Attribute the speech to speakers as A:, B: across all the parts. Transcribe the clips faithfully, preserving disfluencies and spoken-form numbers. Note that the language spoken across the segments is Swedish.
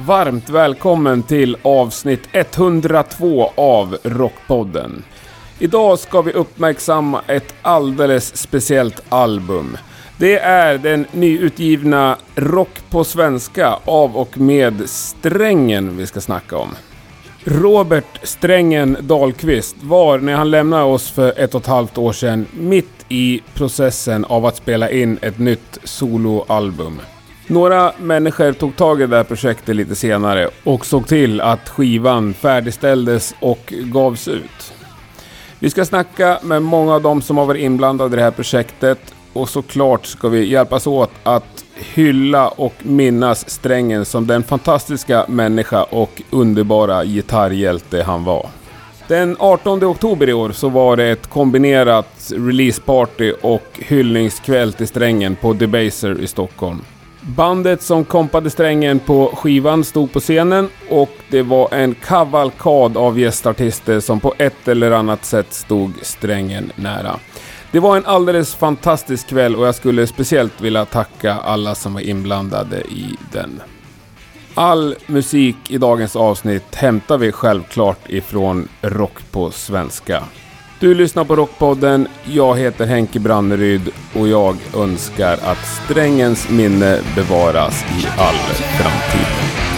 A: varmt välkommen till avsnitt etthundratvå av Rockpodden. Idag ska vi uppmärksamma ett alldeles speciellt album. Det är den nyutgivna Rock på svenska av och med Strängen vi ska snacka om. Robert Strängen Dahlqvist var, när han lämnade oss för ett och ett halvt år sedan, mitt i processen av att spela in ett nytt soloalbum. Några människor tog tag i det här projektet lite senare och såg till att skivan färdigställdes och gavs ut. Vi ska snacka med många av dem som har varit inblandade i det här projektet, och såklart ska vi hjälpas åt att hylla och minnas Strängen som den fantastiska människa och underbara gitarrhjälte han var. Den artonde oktober i år så var det ett kombinerat releaseparty och hyllningskväll till Strängen på Debaser i Stockholm. Bandet som kompade Strängen på skivan stod på scenen, och det var en kavalkad av gästartister som på ett eller annat sätt stod Strängen nära. Det var en alldeles fantastisk kväll, och jag skulle speciellt vilja tacka alla som var inblandade i den. All musik i dagens avsnitt hämtar vi självklart ifrån Rock på svenska. Du lyssnar på Rockpodden, jag heter Henke Branneryd och jag önskar att Strängens minne bevaras i all framtid.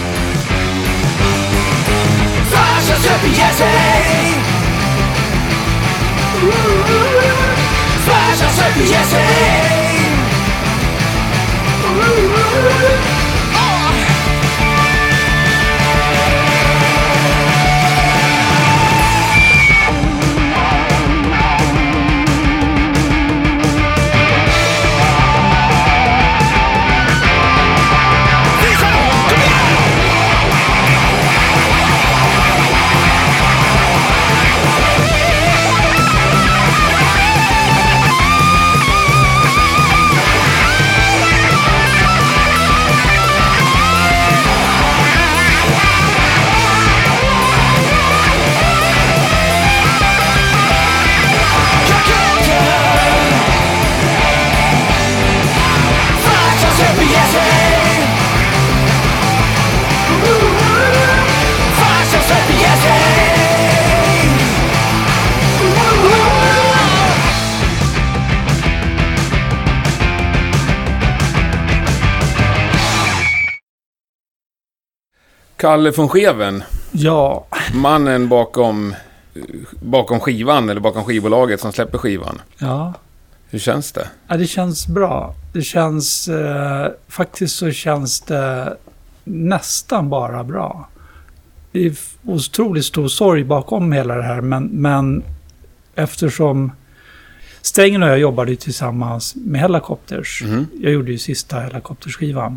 A: Kalle von Scheven.
B: Ja.
A: Mannen bakom, bakom skivan, eller bakom skivbolaget som släpper skivan.
B: Ja.
A: Hur känns det?
B: Ja, det känns bra. Det känns, eh, faktiskt så känns det nästan bara bra. Det är otroligt stor sorg bakom hela det här, men, men eftersom Strängen och jag jobbade tillsammans med Hellacopters. Mm. Jag gjorde ju sista Hellacopters-skivan.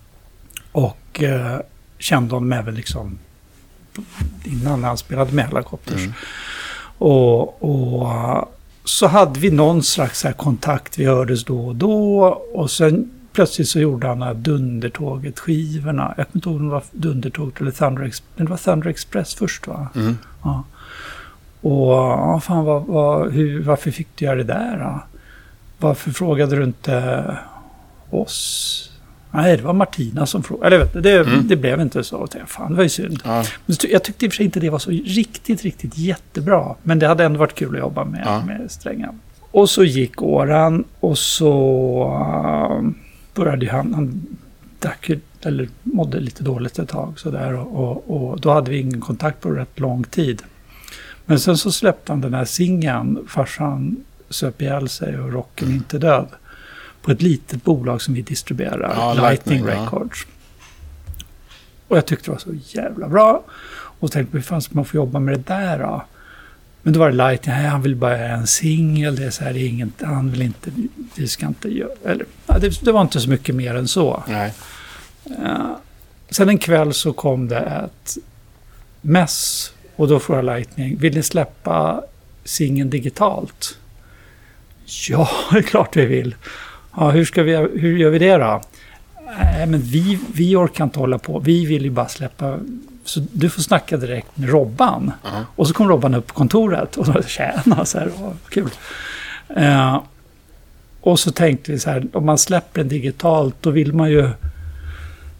B: Och eh, kände honom även liksom innan han spelade med Hellacopters. Mm. Och, och så hade vi någon slags här kontakt, vi hördes då och då, och sen plötsligt så gjorde han här Dundertåget-skivorna. Jag kommer inte ihåg om det var Dundertåget eller Thunder Express. Det var Thunder Express först, va? Mm. Ja. Och ja, fan, vad, vad, hur, varför fick du göra det där då? Varför frågade du inte oss? Nej, det var Martina som frågade. Eller vet du, det, mm. det blev inte så. Fan, det var ju synd. Ja. Men jag tyckte i och för sig inte det var så riktigt, riktigt jättebra. Men det hade ändå varit kul att jobba med, ja. med Strängen. Och så gick åren, och så uh, började han, han drack, eller mådde lite dåligt ett tag. Så där, och, och, och då hade vi ingen kontakt på rätt lång tid. Men sen så släppte han den här singeln, Farsan söp ihjäl sig och rocken inte död, på ett litet bolag som vi distribuerar, ja, Lightning, Lightning Records. Ja. Och jag tyckte det var så jävla bra. Och tänkte, hur fan ska man få jobba med det där då? Men då var det Lightning, nej, han vill bara göra en singel, det är så här, det är inget, han vill inte, det ska inte göra, eller, det, det var inte så mycket mer än så. Nej. Uh, sen en kväll så kom det ett mess, och då frågade Lightning, vill ni släppa singeln digitalt? Ja, det är klart vi vill. Ja, hur, ska vi, hur gör vi det då? Nej, men vi, vi orkar inte hålla på. Vi vill ju bara släppa. Så du får snacka direkt med Robban. Uh-huh. Och så kom Robban upp på kontoret. Och då tjäna så här. Åh, kul. Uh, och så tänkte vi så här. Om man släpper den digitalt, då vill man ju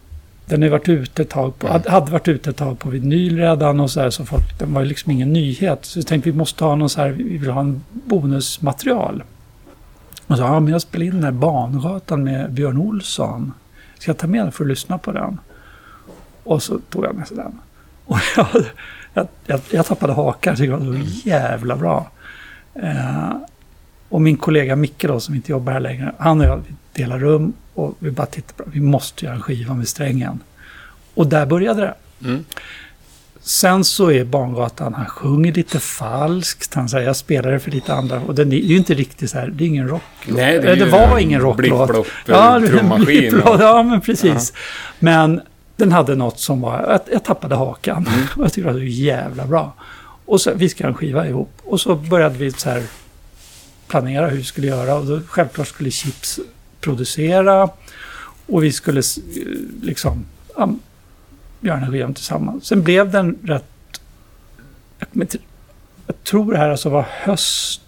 B: Den har varit ute ett tag på, hade varit ute ett tag på vinyl redan och så här, så folk, den var ju liksom ingen nyhet. Så jag tänkte vi måste ha någon så här, vi vill ha en bonusmaterial. Och så, ja men jag spelade in den här Bangatan med Björn Olsson. Ska jag ta med den för att lyssna på den? Och så tog jag med sig den. Och jag, jag, jag, jag tappade hakan, så det var så jävla bra. Eh, och min kollega Micke då, som inte jobbar här längre, han och jag delar rum och vi bara tittar på det. Vi måste göra en skiva med strängen. Och där började det. Mm. Sen så är Bangatan, han sjunger lite falskt. Han säger, jag spelar det för lite andra. Och den är ju inte riktigt så här, det är ingen rock.
A: Nej, det, är
B: det var ingen rocklåt.
A: Blipp, ja, trummaskin.
B: Och... Ja, men precis. Ja. Men den hade något som var, jag, jag tappade hakan. Mm. Och jag tyckte det var jävla bra. Och så, vi ska ha en skiva ihop. Och så började vi så här planera hur vi skulle göra. Och då självklart skulle Chips producera. Och vi skulle liksom ja, göra en skiva tillsammans. Sen blev den rätt... Jag, jag tror det här alltså var höst...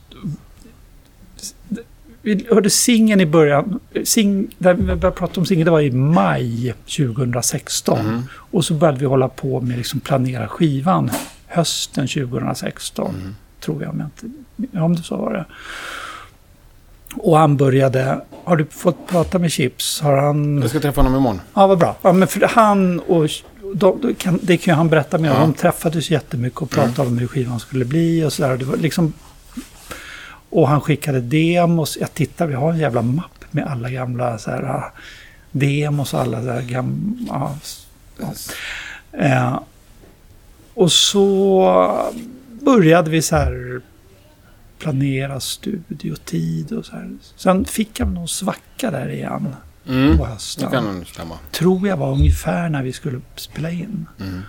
B: Vi hörde singeln i början. Sing, där vi började prata om singeln, det var i maj tjugohundrasexton. Mm. Och så började vi hålla på med liksom planera skivan hösten tjugohundrasexton. Mm. Tror jag, om, jag inte, om det så var det. Och han började... Har du fått prata med Chips? Har han...
A: Jag ska träffa honom imorgon.
B: Ja, vad bra. Ja, men för han och... De, de kan, det kan ju han berätta mer om. Ja. De träffades jättemycket och pratade mm. om hur skivan skulle bli och sådär. Det var liksom... Och han skickade demos. Jag tittar, vi har en jävla mapp med alla gamla så här, demos och alla där gamla... Ja. Eh, och så började vi så här planera studiotid och så här. Sen fick jag någon svacka där igen mm. på hösten.
A: Det kan nog stämma.
B: Tror jag var ungefär när vi skulle spela in. Mm.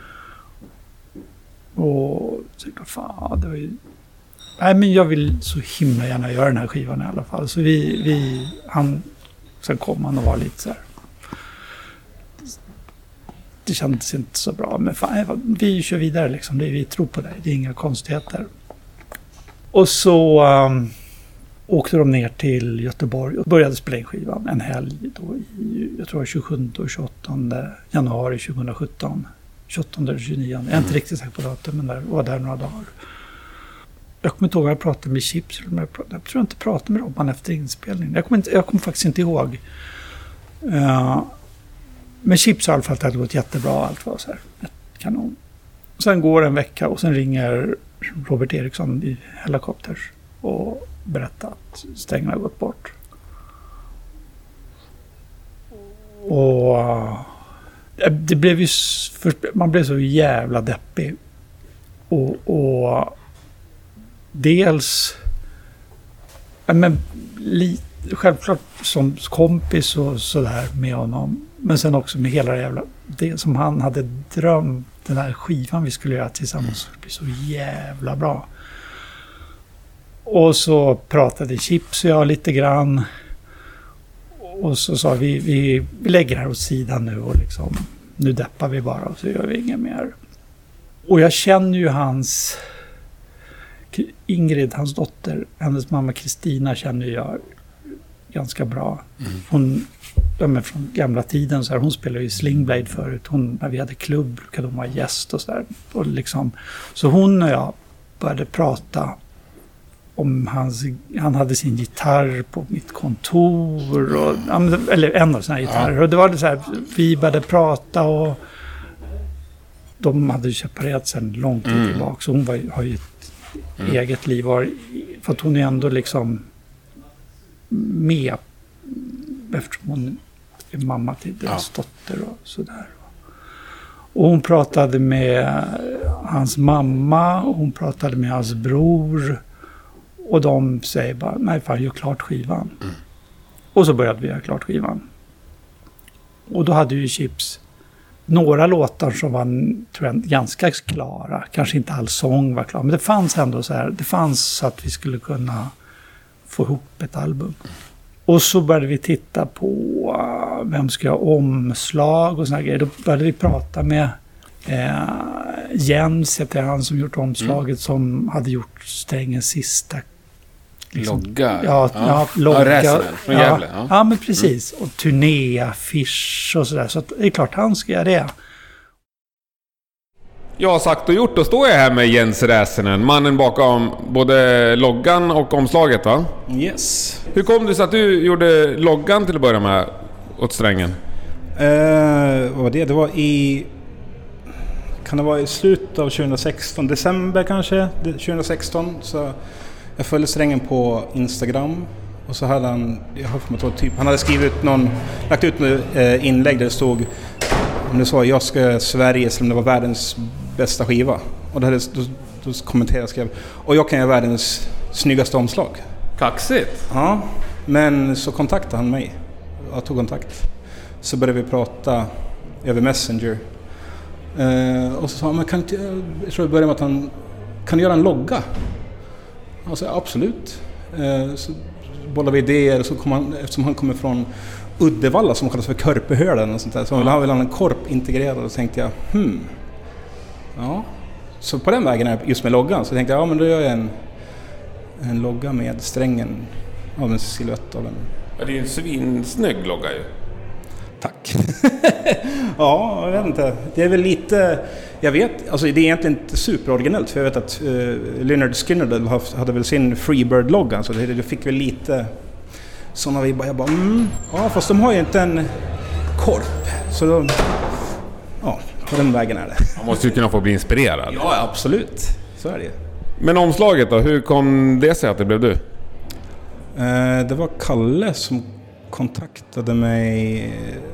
B: Och så fan, det var ju... Nej, men jag vill så himla gärna göra den här skivan i alla fall. Så vi, vi han, sen kom han och var lite så här. Det kändes inte så bra, men fan, vi kör vidare liksom. Det, vi tror på det, det är inga konstigheter. Och så um, åkte de ner till Göteborg och började spela in skivan en helg då i, jag tror tjugosjunde och tjugoåttonde januari tjugohundrasjutton. tjugoåttonde eller tjugonionde, jag är inte riktigt säker på datum, men där var där några dagar. Jag kommer inte ihåg att jag pratade med Chips. Jag tror jag inte pratade med Robban efter inspelningen. Jag kommer, inte, jag kommer faktiskt inte ihåg. Uh, men Chips har i alla fall att det hade gått jättebra. Allt var så här. Kanon. Sen går en vecka och sen ringer Robert Eriksson i Helikopters och berättar att strängen har gått bort. Och uh, det blev ju... För, man blev så jävla deppig. Och... och dels men, li, självklart som kompis och sådär med honom, men sen också med hela det jävla det som han hade drömt, den här skivan vi skulle göra tillsammans, det blir så jävla bra. Och så pratade Chips och jag lite grann och så sa vi, vi, vi lägger här åt sidan nu och liksom, nu deppar vi bara och så gör vi inget mer. Och jag känner ju hans Ingrid, hans dotter, hennes mamma Kristina känner jag ganska bra. Mm. Hon, de är från gamla tiden så här, hon spelade ju Slingblade förut. Hon, när vi hade klubb brukade hon vara gäst och så där. Och liksom, så hon och jag började prata om hans, han hade sin gitarr på mitt kontor och, eller en av sina gitarrer. Ja. Och det var det så här, vi började prata och de hade ju separerat sedan långt mm. tillbaka. Så hon var, har ju Mm. eget liv var, för att hon är ändå liksom med eftersom hon är mamma till deras ja. dotter och sådär. Och hon pratade med hans mamma och hon pratade med hans bror och de säger bara, nej fan, gör klart skivan. Mm. Och så började vi göra klart skivan. Och då hade ju Chips några låtar som var, tror jag, ganska klara. Kanske inte all sång var klar. Men det fanns ändå så här. Det fanns så att vi skulle kunna få ihop ett album. Och så började vi titta på uh, vem ska ha omslag och såna grejer. Då började vi prata med uh, Jens, heter han som gjort omslaget, mm. som hade gjort Strängens sista liksom,
A: logga?
B: Ja, ja. ja logga.
A: Ja, från
B: ja,
A: Gävle. Ja.
B: ja, men precis. Och turnéaffisch och sådär. Så att det är klart, han ska göra det.
A: Jag har sagt och gjort, och står jag här med Jens Räsänen, mannen bakom både loggan och omslaget, va?
C: Yes.
A: Hur kom det sig att du gjorde loggan till att börja med åt Strängen?
C: Eh, vad var det? Det var i... Kan det vara i slutet av tjugohundrasexton, december kanske, tjugohundrasexton. Så jag följde Strängen på Instagram. Och så hade han, jag har för mig typ, han hade skrivit ut någon, lagt ut något eh, inlägg där det stod, om det sa jag ska Sveriges, eller om det var världens bästa skiva. Och då, hade, då, då kommenterade jag, skrev, och jag kan göra världens snyggaste omslag.
A: Kaxigt.
C: Ja, men så kontaktade han mig. Jag tog kontakt. Så började vi prata över Messenger. Eh, och så sa han, men kan inte, jag tror jag började med att han kan göra en logga. Alltså absolut. Eh, så bollade vi idéer, och så kom han, eftersom han kommer från Uddevalla som kallas för Körpehölen och sånt där, så ville han väl ha en korp integrerad, och så tänkte jag, hmm. Ja. Så på den vägen, just med loggan, så tänkte jag, ja men då gör jag en en logga med Strängen av en silhuett av en.
A: Ja, det är en svinsnygg logga ju.
C: Tack. Ja, jag vet inte. Det är väl lite, jag vet, alltså det är egentligen inte superoriginellt, för jag vet att uh, Lynyrd Skynyrd hade väl sin Freebird-logga, så det, det fick väl lite sådana vibbar. Jag bara, mm, ja, fast de har ju inte en korp, så då, ja, på den vägen är det.
A: Man måste ju kunna få bli inspirerad.
C: Ja, absolut. Så är det.
A: Men omslaget då, hur kom det sig att det blev du?
C: Uh, det var Kalle som kontaktade mig.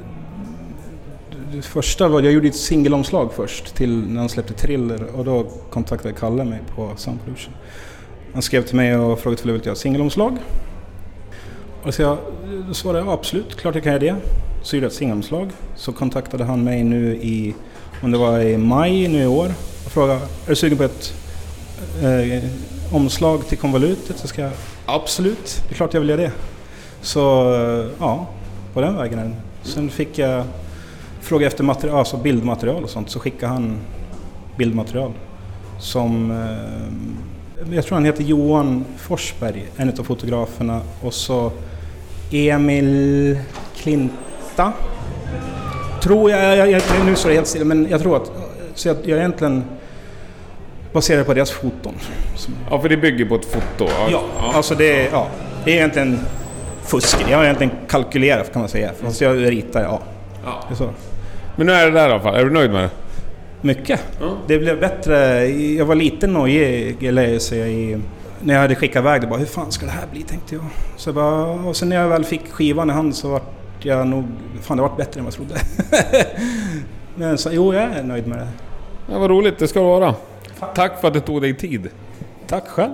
C: Det första var, jag gjorde ett singelomslag först till när han släppte Thriller, och då kontaktade Kalle mig på Sound Pollution. Han skrev till mig och frågade om jag ville göra singelomslag. Och så jag, då svarade jag absolut, klart jag kan göra det. Så gjorde jag ett singelomslag. Så kontaktade han mig nu i, om det var i maj nu i år, och frågade, är du sugen på ett eh, omslag till konvolutet? Så ska jag, absolut, det är klart jag vill göra det. Så ja, på den vägen är det. Sen fick jag fråga efter material, alltså bildmaterial och sånt, så skickade han bildmaterial som eh, jag tror han heter Johan Forsberg, en av fotograferna, och så Emil Klinta tror jag, jag, jag nu står det helt stilla, men jag tror att så jag, jag egentligen baserar på deras foton.
A: Ja, för det bygger på ett foto.
C: Ja, ja, alltså det, ja, det är egentligen fusk. Jag har egentligen kalkylerat, kan man säga. Fast jag ritar, ja.
A: Ja.
C: Det är så.
A: Men nu är det där i alla fall. Är du nöjd med det?
C: Mycket.
A: Ja.
C: Det blev bättre. Jag var lite nojig, eller jag säger, i, när jag hade skickat iväg det. Bara, hur fan ska det här bli, tänkte jag. Så jag bara, och sen när jag väl fick skivan i hand så var jag nog, fan det var bättre än vad jag trodde. Men så, jo, jag är nöjd med det.
A: Ja, vad roligt, det ska vara. Tack för att det tog dig tid.
C: Tack själv.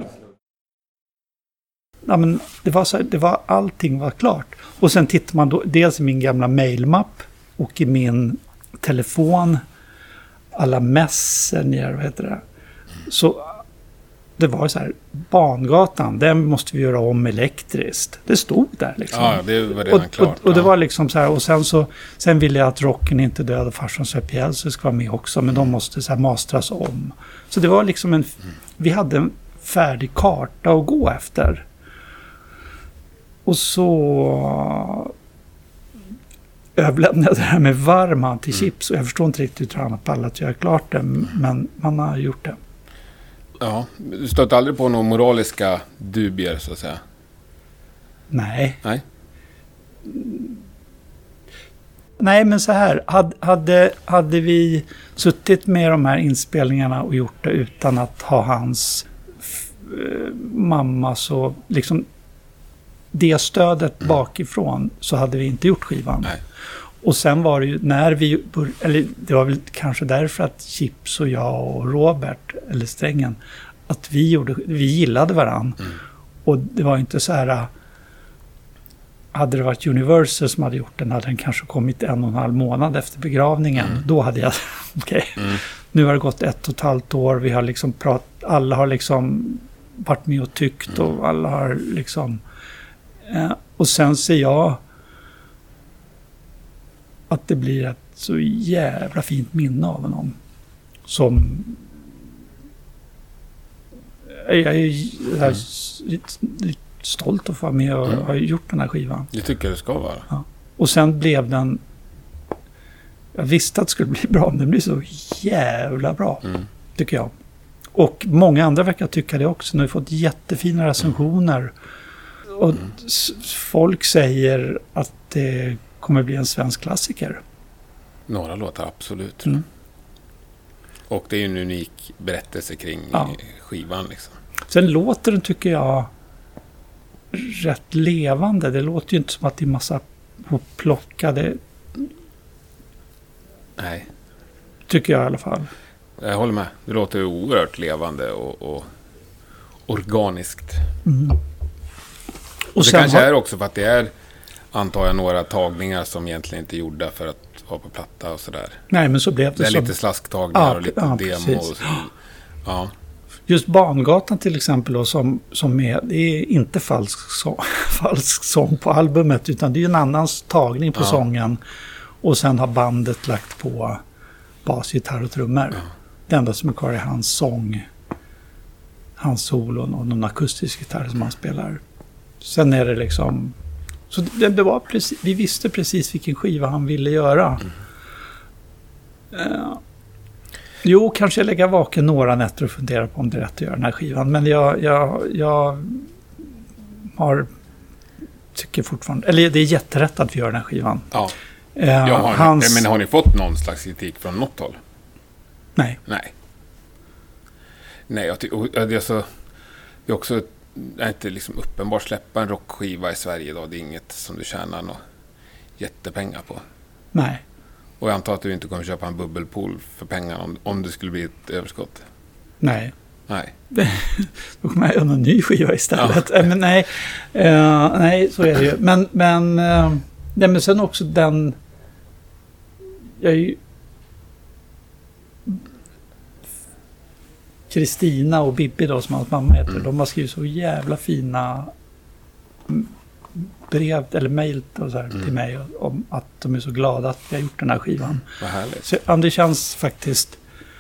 B: Ja, men det var så, det var, allting var klart. Och sen tittar man då, dels i min gamla mailmapp och i min telefon, alla messenger, vad heter det. Så det var så här, Bangatan, den måste vi göra om elektriskt. Det stod där liksom.
A: Ja, det var redan
B: och,
A: klart.
B: Och, och det var liksom så här, och sen så sen ville jag att Rocken inte död och farsan söp ihjäl så ska vara med också, men de måste så här mastras om. Så det var liksom en, vi hade en färdig karta att gå efter. Och så överlämnade jag det här med varma till chips. Och jag förstår inte riktigt hur han har pallat att göra klart det. Men man har gjort det.
A: Ja, du stötte aldrig på några moraliska dubier, så att säga?
B: Nej.
A: Nej.
B: Nej, men så här. Hade, hade, hade vi suttit med de här inspelningarna och gjort det utan att ha hans f- mamma så liksom det stödet mm. bakifrån, så hade vi inte gjort skivan.
A: Nej.
B: Och sen var det ju när vi bör, eller det var väl kanske därför att Chips och jag och Robert eller Strängen, att vi gjorde, vi gillade varann. Mm. Och det var inte så här, hade det varit Universal som hade gjort den, hade den kanske kommit en och en halv månad efter begravningen. Mm. Då hade jag, okej, okay, mm. nu har det gått ett och ett halvt år, vi har liksom pratat, alla har liksom varit med och tyckt mm. och alla har liksom eh, och sen ser jag att det blir ett så jävla fint minne av honom. Som jag är här, stolt att få vara med och
A: Mm.
B: ha gjort den här skivan.
A: Jag tycker det ska vara.
B: Ja. Och sen blev den... Jag visste att det skulle bli bra, men den blev så jävla bra,
A: Mm.
B: tycker jag. Och många andra verkar tycka det också. Nu har vi fått jättefina recensioner. Och
A: Mm.
B: s- folk säger att det kommer bli en svensk klassiker.
A: Några låtar, absolut.
B: Mm.
A: Och det är ju en unik berättelse kring
B: Ja.
A: skivan liksom.
B: Sen låter den, tycker jag, rätt levande. Det låter ju inte som att det är massa plockade,
A: Nej,
B: tycker jag i alla fall.
A: jag håller med. Det låter ju oerhört levande och, och organiskt.
B: Mm.
A: Och,
B: Och
A: det
B: sen
A: kanske
B: har,
A: är också för att det är, antar jag, några tagningar som egentligen inte är gjorda för att vara på platta och sådär.
B: nej, men så blev det,
A: Det är
B: så.
A: lite slasktagningar
B: Ja,
A: och lite
B: ja,
A: demo.
B: precis.
A: Och så. Ja,
B: Just Bangatan till exempel då, som, som är, det är inte falsk sång, falsk sång på albumet, utan det är en annans tagning på
A: Ja.
B: sången. Och sen har bandet lagt på bas, gitarr och trummor.
A: Ja.
B: Det enda som är kvar är hans sång, hans solon och någon akustisk gitarr som han spelar. Sen är det liksom... Så det, det var precis, vi visste precis vilken skiva han ville göra.
A: Mm.
B: Uh, jo, kanske jag lägger vaken några nätter och funderar på om det är rätt att göra den här skivan. Men jag, jag, jag har... Tycker fortfarande... Eller det är jätterätt att vi gör den här skivan.
A: ja.
B: Uh,
A: Jag har,
B: hans,
A: men har ni fått någon slags kritik från något håll?
B: nej.
A: Nej. Nej, jag tycker... Det är så... Det är också... Det är inte liksom uppenbart släppa en rockskiva i Sverige idag. Det är inget som du tjänar några jättepengar på.
B: Nej.
A: Och jag antar att du inte kommer köpa en bubbelpool för pengar om, om det skulle bli ett överskott.
B: Nej.
A: Nej.
B: Då kommer jag göra en ny skiva istället. Ja. Men nej, uh, nej, så är det ju. Men, men, uh, nej, men sen också den... Jag är ju... Kristina och Bibi då, som hans mamma heter,
A: Mm.
B: de har skrivit så jävla fina brev eller mejl och så här
A: Mm.
B: till mig om att de är så glada att vi har gjort den här skivan.
A: Vad härligt.
B: Så, ja, det känns faktiskt...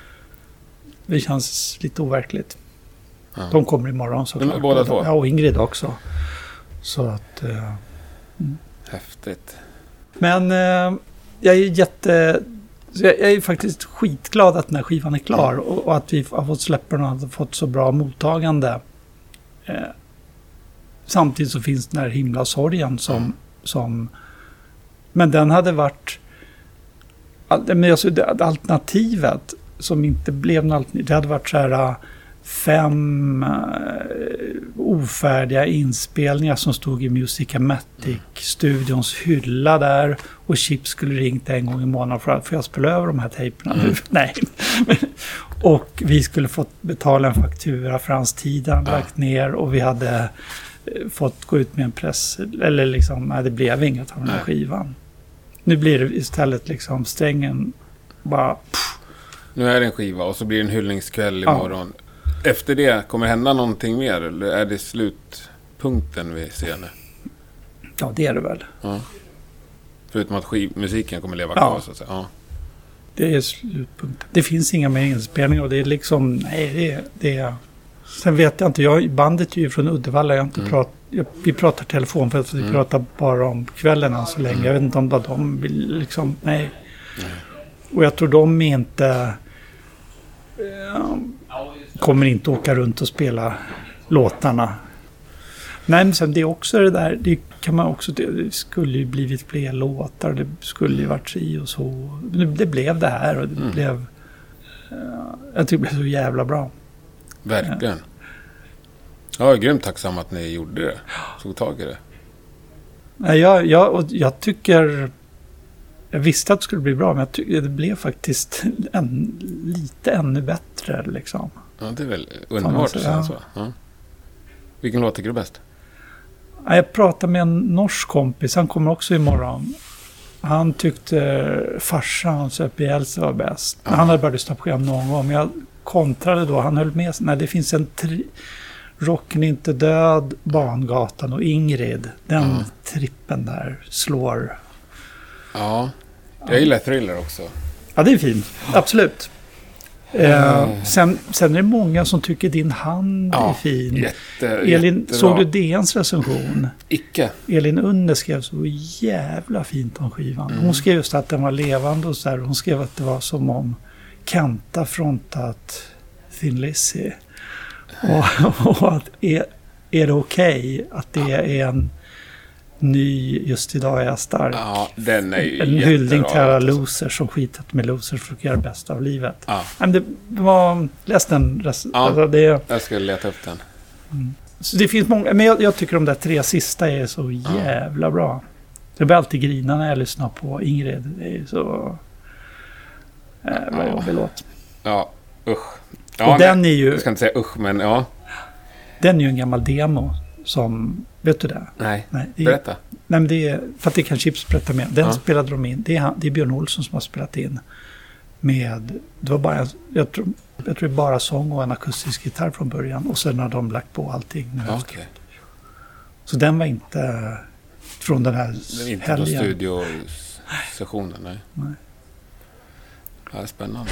B: Det känns lite overkligt.
A: Ja.
B: De kommer imorgon såklart.
A: De, båda två?
B: Ja, och Ingrid också. Så att... Eh,
A: Häftigt.
B: men eh, jag är jätte... Så jag, jag är faktiskt skitglad att den här skivan är klar. Och, och att vi har fått släppa den och har fått så bra mottagande. Eh, samtidigt så finns den här himla sorgen som...
A: Mm.
B: som men den hade varit... all- Men alltså, det, alternativet som inte blev något alternativ, det hade varit så här fem uh, ofärdiga inspelningar som stod i Musicamatic-studions hylla där, och Chip skulle ringt en gång i månaden för att få jag spela över de här tejperna nu.
A: Mm.
B: Nej. Och vi skulle fått betala en faktura för hans tid han
A: Ja.
B: lagt ner, och vi hade eh, fått gå ut med en press, eller liksom, nej, det blev inget av den här
A: Nej.
B: skivan. Nu blir det istället liksom strängen bara...
A: Nu är det en skiva och så blir det en hyllningskväll
B: Ja.
A: imorgon. Efter det, kommer det hända någonting mer? Eller är det slutpunkten vi ser nu?
B: Ja, det är det väl.
A: Ja. Förutom att skivmusiken kommer leva
B: Ja.
A: kvar, så att säga. Ja.
B: Det är slutpunkten. Det finns inga mer inspelningar och det är liksom... Nej, det är... Det är sen vet jag inte. Jag, bandet är ju från Uddevalla. Jag har inte
A: Mm.
B: prat, jag, vi pratar telefon för att vi
A: Mm.
B: pratar bara om kvällarna så länge.
A: Mm.
B: Jag vet inte om vad de vill liksom... Nej.
A: Nej.
B: Och jag tror de är inte... Eh, kommer inte åka runt och spela låtarna. Nej, men sen det är också det där, det kan man också, det skulle ju blivit fler låtar, det skulle ju varit si och så. Det, det blev det här och det
A: Mm.
B: blev, uh, jag tycker det blev så jävla bra.
A: Verkligen. Jag är grymt tacksam att ni gjorde det. Tog tag i det.
B: Nej, jag, jag, och jag tycker, jag visste att det skulle bli bra, men jag tycker det blev faktiskt en, lite ännu bättre liksom.
A: Ja, det är väl underbart att
B: säga.
A: säga så. Ja. Vilken låt tycker du bäst?
B: Ja, jag pratade med en norsk kompis, han kommer också imorgon. Han tyckte farsan, hans Ö P L var bäst.
A: Ja.
B: Han hade bara lyssnat på program någon gång, men jag kontrade då, han höll med. Nej, det finns en tri- Rocken inte död, Bangatan och Ingrid. Den
A: Ja.
B: trippen där slår.
A: Ja, jag gillar Thriller också.
B: Ja, det är fint. Absolut. Eh, sen, sen är det många som tycker din hand
A: Ja,
B: är fin.
A: Jätte,
B: Elin,
A: jättebra.
B: såg du D N:s recension?
A: Icke.
B: Elin Under skrev så jävla fint om skivan.
A: Mm.
B: Hon skrev just att den var levande och så där. Hon skrev att det var som om Kenta frontat Thin Lizzy. Och, och att är, är det okej okay att det är en ny Just idag är jag stark?
A: Ja, den är ju
B: En hyllning till alla
A: alltså.
B: losers som skitat med losers för att göra det bästa av livet.
A: Ja,
B: Men det var... Läs den. Res,
A: Ja.
B: alltså det,
A: jag ska leta upp den.
B: så det finns många... Men jag, jag tycker de där tre sista är så jävla bra. Jag blir alltid grina när jag lyssnar på Ingrid. Det är så... Jävla
A: Ja.
B: jobbig låt.
A: Ja, usch. Ja,
B: och den
A: nej,
B: är ju...
A: jag ska inte säga usch, men ja.
B: Den är ju en gammal demo som... Vet du det?
A: Nej,
B: Nej, det är,
A: berätta.
B: nej men det är... För att det kan Chips berätta med. Den
A: Ja.
B: spelade de in. Det är, han- det är Björn Olsson som har spelat in. Med... Det var bara... Jag tror, jag tror det är bara sång och en akustisk gitarr från början. Och sen har de lagt på allting. Nu.
A: Ja, okej.
B: Så den var inte från den här
A: Den är inte på
B: helgen.
A: studiosessionen, nej.
B: Nej.
A: Ja, det är spännande.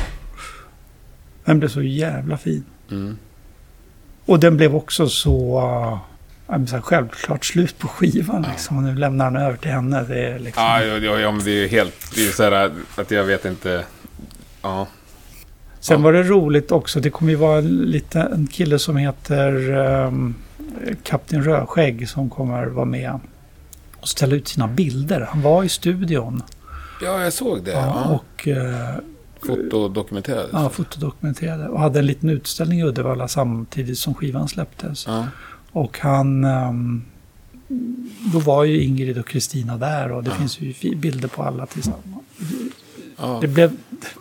B: Den blev så jävla fin.
A: Mm.
B: Och den blev också så, uh, så här, självklart slut på skivan.
A: Ja.
B: Liksom. Och nu lämnar han över till henne. Det är liksom...
A: Ja, ja, ja, ja, men det är ju helt... Det är ju så här att jag vet inte... Ja.
B: Sen
A: Ja.
B: var det roligt också. Det kommer ju vara en, lite, en kille som heter um, Kapten Rödskägg som kommer vara med och ställa ut sina bilder. Han var i studion.
A: Ja, jag såg det.
B: Ja,
A: Ja.
B: och uh,
A: Fotodokumenterades.
B: ja, fotodokumenterade. Och hade en liten utställning i Uddevalla samtidigt som skivan släpptes.
A: Ja.
B: Och han... Um, då var ju Ingrid och Kristina där och det
A: Ja.
B: finns ju fi- bilder på alla tillsammans.
A: Ja.
B: Det blev...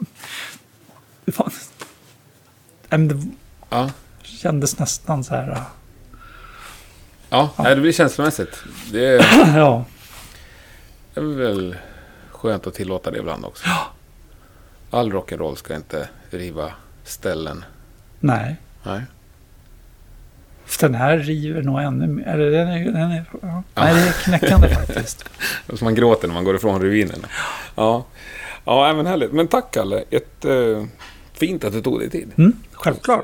B: Det, var, Nej, men det
A: Ja.
B: kändes nästan så här...
A: Ja,
B: Ja.
A: Nej, det blir känslomässigt. Det är,
B: Ja,
A: det är väl skönt att tillåta det ibland också. All rock'n'roll ska inte riva ställen.
B: nej.
A: Nej.
B: För den här river nog ännu mer. Eller den är, den är, ja. Nej, det är knäckande faktiskt.
A: Så man gråter när man går ifrån ruinerna. Ja, ja även härligt. Men tack, Kalle. Ett, eh, fint att du tog dig tid.
B: Mm, självklart.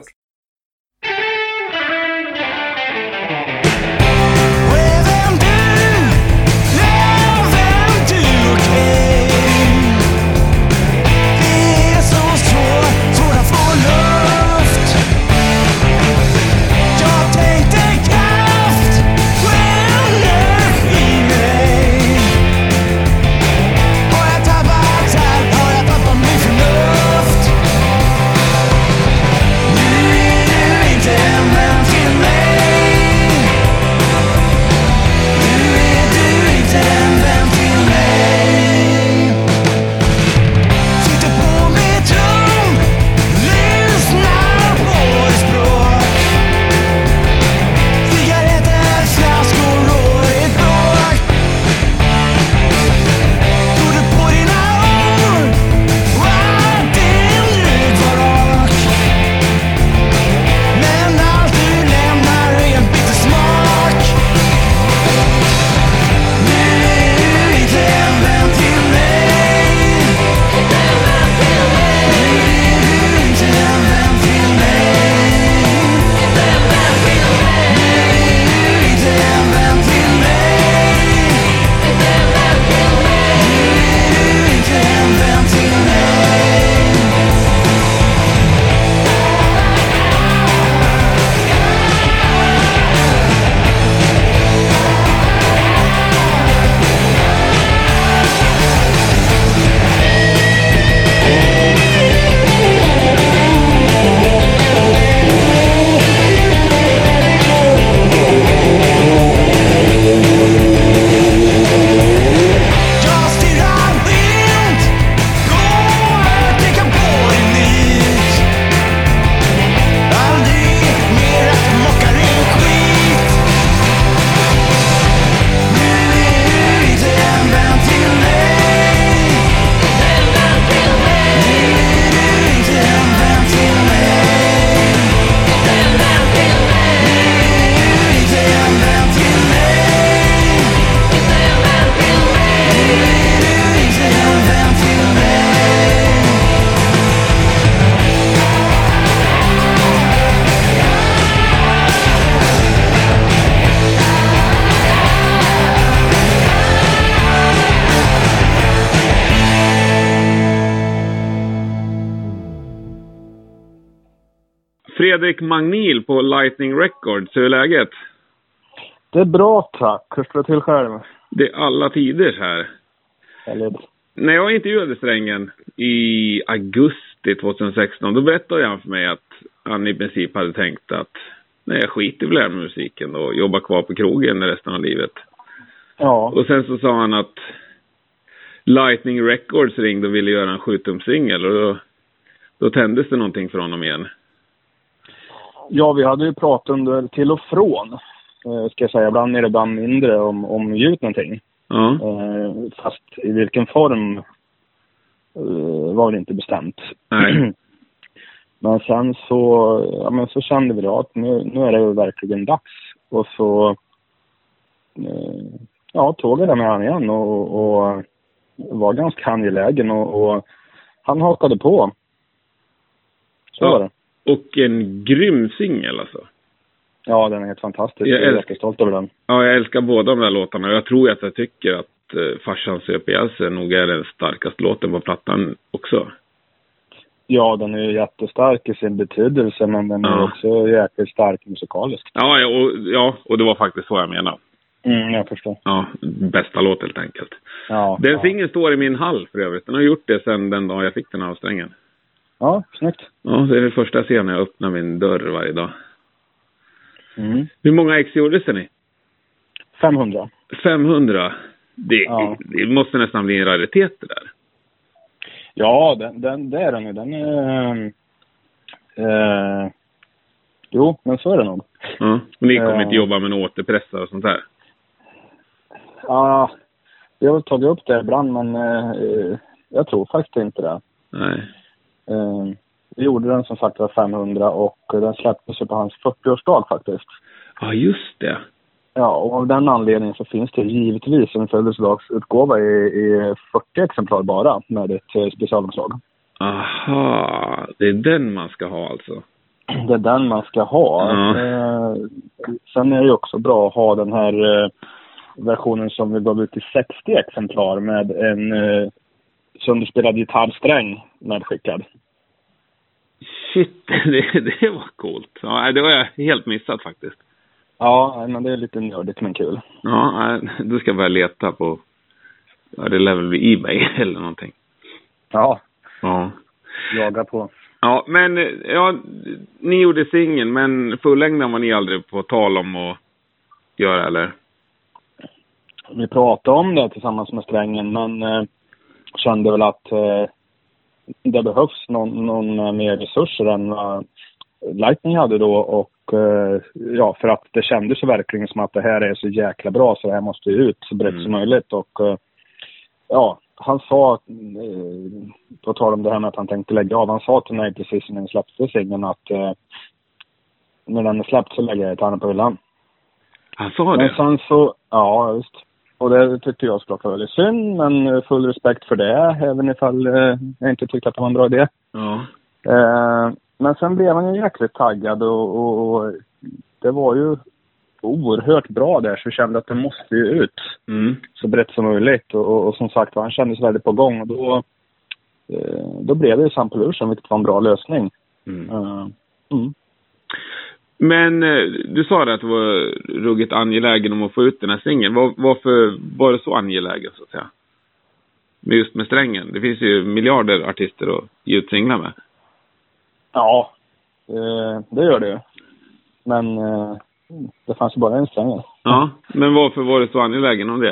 D: Har jag tappat min förnuft? Nu
A: Fredrik Magnil på Lightning Records, hur är läget?
D: Det är bra, tack. Hur står det till själv?
A: Det är alla tiders här.
D: Eller...
A: När jag intervjuade Strängen i augusti tjugohundrasexton, då berättade han för mig att han i princip hade tänkt att nej, jag skiter väl med musiken och jobbar kvar på krogen resten av livet.
D: Ja.
A: Och sen så sa han att Lightning Records ringde och ville göra en sjutumsingel och då, då tändes det någonting för honom igen.
D: Ja, vi hade ju pratat under till och från, eh, ska jag säga, ibland mer, ibland mindre, om, om gjort någonting.
A: Ja.
D: Eh, fast i vilken form eh, var det inte bestämt.
A: Nej.
D: Men sen så, ja, men så kände vi då att nu, nu är det ju verkligen dags. Och så eh, ja, tog jag det med han igen och, och var ganska angelägen och, och han hakade på. Så
A: Ja.
D: var det.
A: Och en grym singel alltså.
D: Ja, den är helt fantastisk.
A: Jag
D: Jag är
A: älsk-
D: jättestolt över den.
A: Ja, jag älskar båda de där låtarna. Jag tror att jag tycker att eh, Farsan söp ihjäl sig nog är den starkaste låten på plattan också.
D: Ja, den är ju jättestark i sin betydelse, men den är
A: Ja.
D: också jäkligt stark musikaliskt.
A: Ja, ja, och, ja, och det var faktiskt så jag menar.
D: Mm, jag förstår.
A: Ja, bästa låt helt enkelt.
D: Ja,
A: Den
D: ja.
A: singeln står i min hall för övrigt. Den har gjort det sedan den dag jag fick den av Strängen.
D: Ja, snyggt.
A: Ja, det är det första jag ser när jag öppnar min dörr varje dag.
D: Mm.
A: Hur många ex gjorde ni?
D: femhundra.
A: femhundra. Det,
D: Ja.
A: det måste nästan bli en raritet det där.
D: Ja, den, den, det är den ju. Den är... Eh, jo, men så är det nog.
A: Ja. Och ni kommer
D: Ja.
A: inte jobba med en återpressar och sånt där?
D: Ja, vi har väl tagit upp det ibland, men eh, jag tror faktiskt inte det.
A: Nej.
D: Eh, vi gjorde den som sagt var femhundra och den släpptes på hans fyrtioårsdag faktiskt.
A: Ja, just det.
D: Ja, och av den anledningen så finns det givetvis en födelsedagsutgåva i, i fyrtio exemplar bara med ett eh, specialomslag.
A: Aha, det är den man ska ha alltså.
D: Det är den man ska ha.
A: Ja.
D: Eh, sen är det ju också bra att ha den här eh, versionen som vi gav ut i sextio exemplar med en eh, sönderspelad gitarrsträng medskickad.
A: Shit, det, det var coolt. Ja, det var jag helt missat faktiskt.
D: Ja, men det är lite nördigt men kul.
A: Ja, då ska jag börja leta på, ja, det lär väl bli eBay eller någonting.
D: Ja,
A: Ja.
D: jaga på.
A: Ja, men ja, ni gjorde singeln, men fullängden var ni aldrig på tal om att göra, eller?
D: Vi pratade om det tillsammans med Strängen, men eh, kände väl att eh, det behövs någon, någon mer resurser än vad Lightning hade då. Och eh, ja, för att det kändes så verkligen som att det här är så jäkla bra så det här måste ju ut så brett
A: Mm.
D: som möjligt. Och eh, ja, han sa, eh, på tal om det här med att han tänkte lägga av, han sa till mig precis när den släppte singeln att eh, när den är släppt så lägger jag ett annat på hyllan.
A: Han sa
D: Men
A: det?
D: sen så, ja just. Och det tyckte jag såklart var väldigt synd, men full respekt för det, även ifall eh, jag inte tyckte att det var en bra idé.
A: Ja.
D: Eh, men sen blev han ju jäkligt taggad och, och, och det var ju oerhört bra där, så jag kände att det måste ju ut
A: Mm.
D: så brett som möjligt. Och, och, och som sagt, han kändes väldigt på gång och då, eh, då blev det ju Sun Pollution, vilket var en bra lösning.
A: Mm.
D: Eh, mm.
A: Men eh, du sa det att du var ruggigt angelägen om att få ut den här singeln. Var, varför var det så angelägen så att säga? Med just med Strängen. Det finns ju miljarder artister att ge ut singlar med.
D: Ja, eh, det gör det ju. Men eh, det fanns ju bara en Strängen.
A: Ja, men varför var det så angelägen om det?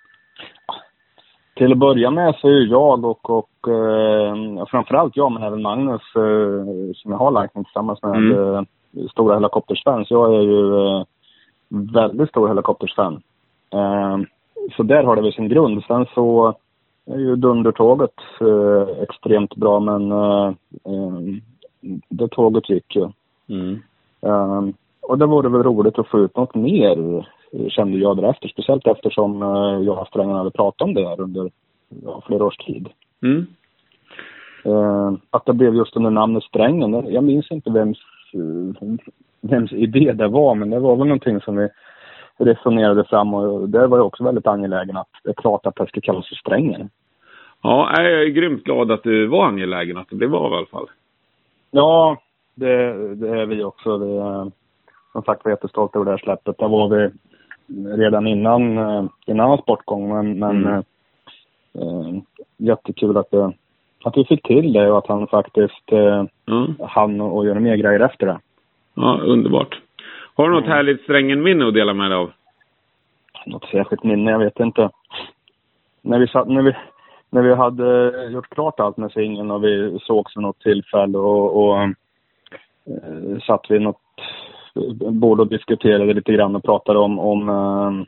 D: Till att börja med så är jag och, och eh, framförallt jag, men även Magnus eh, som jag har Lightning tillsammans med,
A: Mm.
D: eh, stora Helicopters-fan. Så jag är ju eh, väldigt stor Helicopters-fan. Eh, så där har det väl sin grund. Sen så är ju Dundertåget eh, extremt bra, men eh, eh, det tåget gick ju.
A: Mm.
D: Eh, och det vore väl roligt att få ut något mer, kände jag därefter. Speciellt eftersom eh, jag och Strängen hade pratat om det här under ja, flera års tid.
A: Mm.
D: Eh, att det blev just under namnet Strängen. Jag minns inte vems, eh, vems idé det var, men det var väl någonting som vi resonerade fram. Och där var jag också väldigt angelägen att det är klart att det ska kallas för Strängen.
A: Ja, jag är grymt glad att du var angelägen att det blev av i alla fall.
D: Ja, det, det är vi också. Vi är som sagt var jättestolta över det här släppet. Där var vi redan innan, innan sportgång. Men, men
A: Mm.
D: äh, jättekul att, det, att vi fick till det och att han faktiskt äh,
A: Ja.
D: hann och göra mer grejer efter det.
A: Ja, underbart. Har du något härligt Strängen-minne att dela med dig av?
D: Något särskilt minne, jag vet inte. När vi, satt, när vi, när vi hade gjort klart allt med singeln och vi sågs vid något tillfälle och, och äh, satt vi något bord och diskuterade lite grann och pratade om, om äh,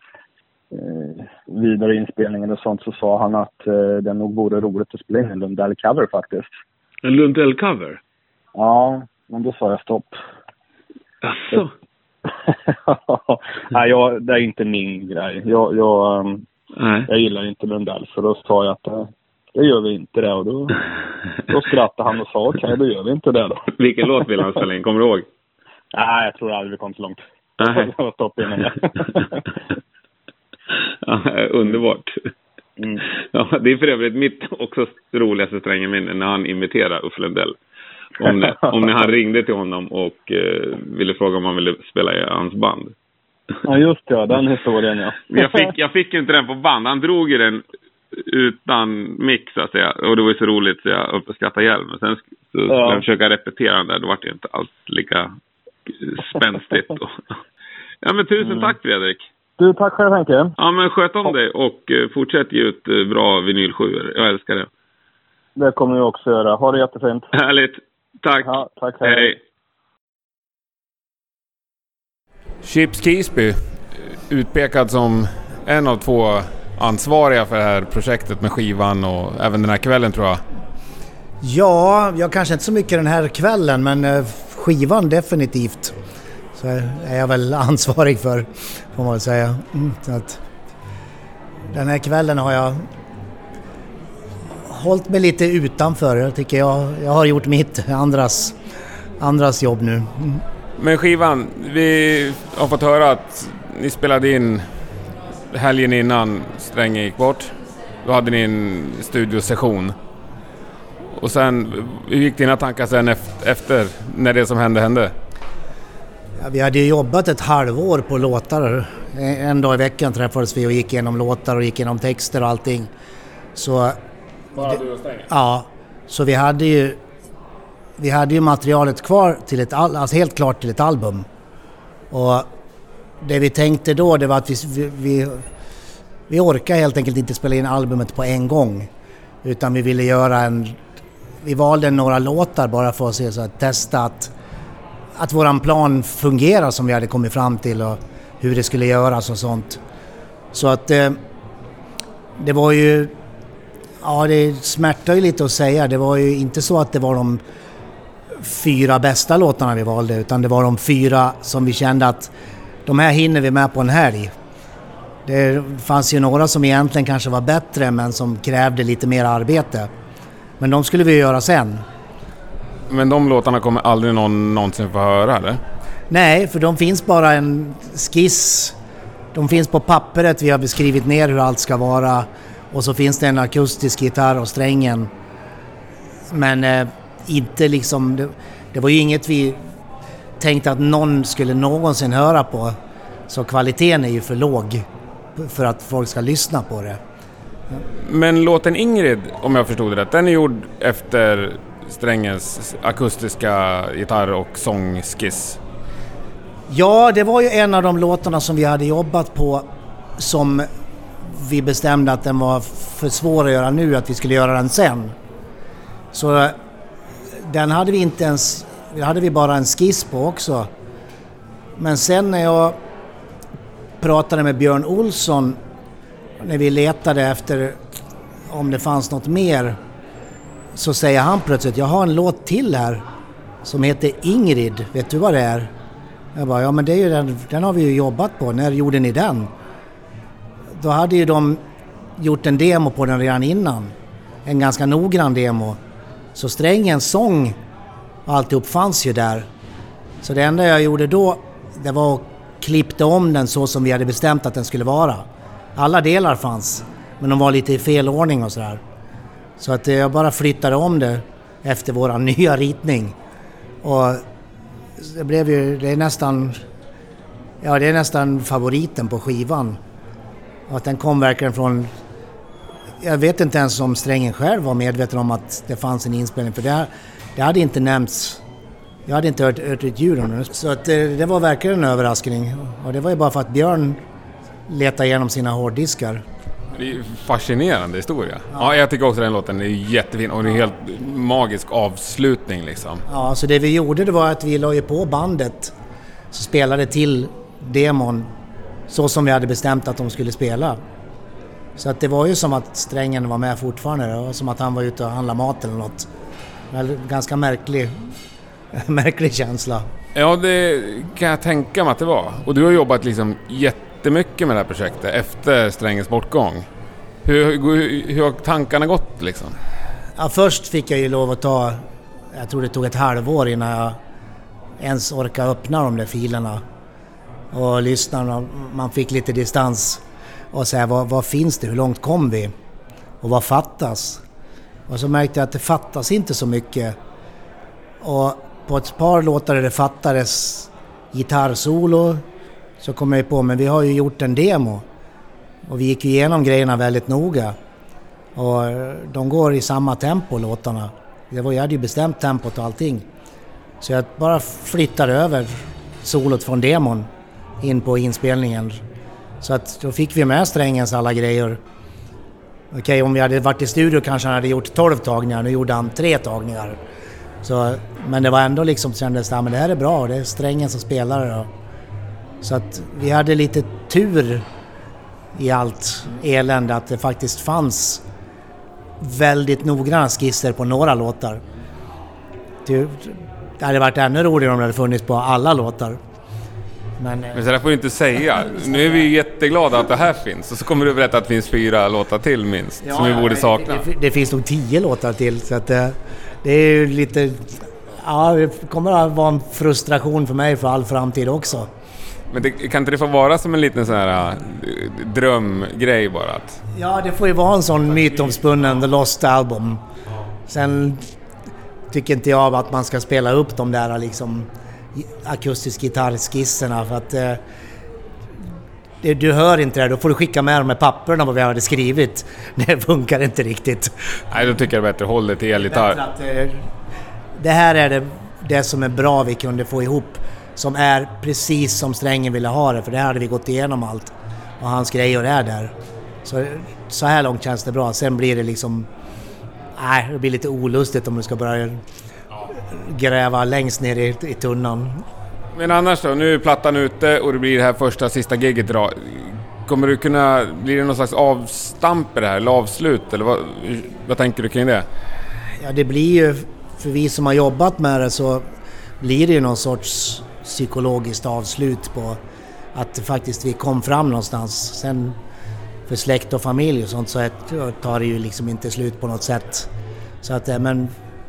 D: vidare inspelningen och sånt, så sa han att äh, det nog vore roligt att spela in en Lundell-cover faktiskt.
A: En Lundell-cover?
D: Ja, men då sa jag stopp.
A: Asså?
D: Nej, jag, det är inte min grej. Jag, jag, um,
A: Nej.
D: jag gillar inte Lundell, så då sa jag att det, det gör vi inte det. Och då, då skrattade han och sa okej, okay, då gör vi inte det då.
A: Vilken låt vill han spela in? Kommer du ihåg?
D: Nej, jag tror aldrig vi kom så långt.
A: Nej.
D: Jag var stopp innan det.
A: Ja, underbart.
D: Mm.
A: Ja, det är för övrigt mitt också roligaste Strängen-minne när han imiterar Uffe Lundell. Om, det, om när han ringde till honom och eh, ville fråga om han ville spela i hans band.
D: Ja, just det, den historien, ja.
A: jag, fick, jag fick inte den på band. Han drog ju den utan mix, så att säga. Och det var ju så roligt så jag upp och skrattade ihjäl. Men sen så skulle
D: Ja.
A: jag försöka repetera den där. Då var det inte alls lika spänstigt. Och... Ja, men tusen
D: Mm.
A: tack, Fredrik.
D: Du, tack själv, Henke.
A: Ja, men sköt om dig och eh, fortsätt ge ut eh, bra vinylsjuor. Jag älskar det.
D: Det kommer jag också göra. Ha det jättefint.
A: Härligt. Tack.
D: Ja, tack. Hej.
A: Hej.
E: Chips Keesby, utpekad som en av två ansvariga för det här projektet med skivan och även den här kvällen, tror jag.
F: Ja, jag kanske inte så mycket den här kvällen, men eh, skivan definitivt. Så är jag väl ansvarig för, får man väl säga. Mm, så att den här kvällen har jag hållit mig lite utanför. Jag tycker jag, jag har gjort mitt, andras, andras jobb nu. Mm.
E: Men skivan, vi har fått höra att ni spelade in helgen innan Strängen gick bort. Då hade ni en studiosession. Och sen, hur gick dina tankar sen efter, när det som hände hände?
F: Ja, vi hade ju jobbat ett halvår på låtar. En dag i veckan träffades vi och gick igenom låtar och gick igenom texter och allting. Så,
E: Bara du och Strängen?
F: ja, så vi hade ju vi hade ju materialet kvar till ett al- alltså helt klart till ett album. Och det vi tänkte då, det var att vi vi, vi, vi orkar helt enkelt inte spela in albumet på en gång, utan vi ville göra en vi valde några låtar bara för att se, så att testa att att våran plan fungerar som vi hade kommit fram till och hur det skulle göras och sånt. Så att eh, det var ju, ja, det smärtar ju lite att säga, det var ju inte så att det var de fyra bästa låtarna vi valde, utan det var de fyra som vi kände att de här hinner vi med på en helg. Det fanns ju några som egentligen kanske var bättre, men som krävde lite mer arbete. Men de skulle vi göra sen.
E: Men de låtarna kommer aldrig någon någonsin få höra, eller?
F: Nej, för de finns bara en skiss. De finns på pappret, vi har beskrivit ner hur allt ska vara. Och så finns det en akustisk gitarr och strängen. Men eh, inte liksom, det, det var ju inget vi tänkte att någon skulle någonsin höra på. Så kvaliteten är ju för låg för att folk ska lyssna på det.
E: Men låten Ingrid, om jag förstod det rätt, den är gjord efter Strängens akustiska gitarr- och sångskiss.
F: Ja, det var ju en av de låtarna som vi hade jobbat på, som vi bestämde att den var för svår att göra nu, att vi skulle göra den sen. Så den hade vi inte ens, hade vi bara en skiss på också. Men sen när jag pratade med Björn Olsson, när vi letade efter om det fanns något mer, så säger han plötsligt, jag har en låt till här som heter Ingrid, vet du vad det är? Jag bara, ja men det är ju den, den har vi ju jobbat på, när gjorde ni den? Då hade ju de gjort en demo på den redan innan, en ganska noggrann demo. Så Strängens sång och alltihop fanns ju där. Så det enda jag gjorde då, det var att klippte om den så som vi hade bestämt att den skulle vara. Alla delar fanns, men de var lite i fel ordning och sådär. Så att jag bara flyttade om det efter våran nya ritning. Och det blev ju, det är nästan, ja det är nästan favoriten på skivan. Och att den kom verkligen från, jag vet inte ens om Strängen själv var medveten om att det fanns en inspelning, för det, det hade inte nämnts. Jag hade inte hört, hört ett ljud om det. Så att det, det var verkligen en överraskning. Och det var ju bara för att Björn letade igenom sina hårddiskar.
E: Det är en fascinerande historia. Ja. ja, jag tycker också den låten är jättefin och det är en helt magisk avslutning liksom.
F: Ja, så det vi gjorde det var att vi la ju på bandet, så spelade till demon så som vi hade bestämt att de skulle spela. Så att det var ju som att Strängen var med fortfarande. Det var som att han var ute och handlade mat eller något. Väl, ganska märklig, märklig känsla.
E: Ja, det kan jag tänka mig att det var. Och du har jobbat liksom jättemycket med det här projektet efter Strängens bortgång. Hur, hur, hur har tankarna gått liksom?
F: Ja, först fick jag ju lov att ta, jag tror det tog ett halvår innan jag ens orkade öppna de där filerna. Och lyssna, man fick lite distans och säga vad, vad finns det, hur långt kom vi och vad fattas. Och så märkte jag att det fattas inte så mycket. Och på ett par låtar där det fattades gitarrsolo så kom jag på, men vi har ju gjort en demo. Och vi gick igenom grejerna väldigt noga. Och de går i samma tempo, låtarna. Det var, jag hade ju bestämt tempot och allting. Så jag bara flyttade över solot från demon in på inspelningen. Så att då fick vi med Strängens alla grejer. Okej, okay, om vi hade varit i studio kanske han hade gjort tolv tagningar. Nu gjorde han tre tagningar. Så, men det var ändå liksom, kändes det, men det här är bra. Det är Strängen som spelar då. Så att vi hade lite tur i allt elände att det faktiskt fanns väldigt noggranna skisser på några låtar. Det hade varit ännu roligare om det hade funnits på alla låtar. Men,
E: Men så där får du inte säga. Nu är vi jätteglada att det här finns. Och så kommer du berätta att det finns fyra låtar till minst. Ja, som vi borde sakna.
F: Det, det, det finns nog tio låtar till. Så att det, det är ju lite... Ja, det kommer att vara en frustration för mig för all framtid också.
E: Men det, kan inte det få vara som en liten sån här uh, drömgrej bara? Att...
F: Ja, det får ju vara en sån mytomspunnen The Lost Album. Sen tycker inte jag att man ska spela upp de där liksom akustisk gitarrskisserna för att eh, det, du hör inte det, då får du skicka med de här papperna vad vi hade skrivit. Det funkar inte riktigt.
E: Nej, då tycker jag det är bättre håll det till elgitarr.
F: Eh, det här är det, det som är bra vi kunde få ihop, som är precis som Strängen ville ha det, för det hade vi gått igenom allt och hans grejer är där. Så, så här långt känns det bra. Sen blir det liksom nej, det blir lite olustigt om du ska börja gräva längst ner i, i tunnan.
E: Men annars då, nu är plattan ute och det blir det här första sista giget idag. Kommer du kunna, blir det någon slags avstamp i det här eller avslut eller vad, vad tänker du kring det?
F: Ja, det blir ju, för vi som har jobbat med det så blir det ju någon sorts psykologiskt avslut på att faktiskt vi kom fram någonstans. Sen för släkt och familj och sånt så tar det ju liksom inte slut på något sätt. Så att, men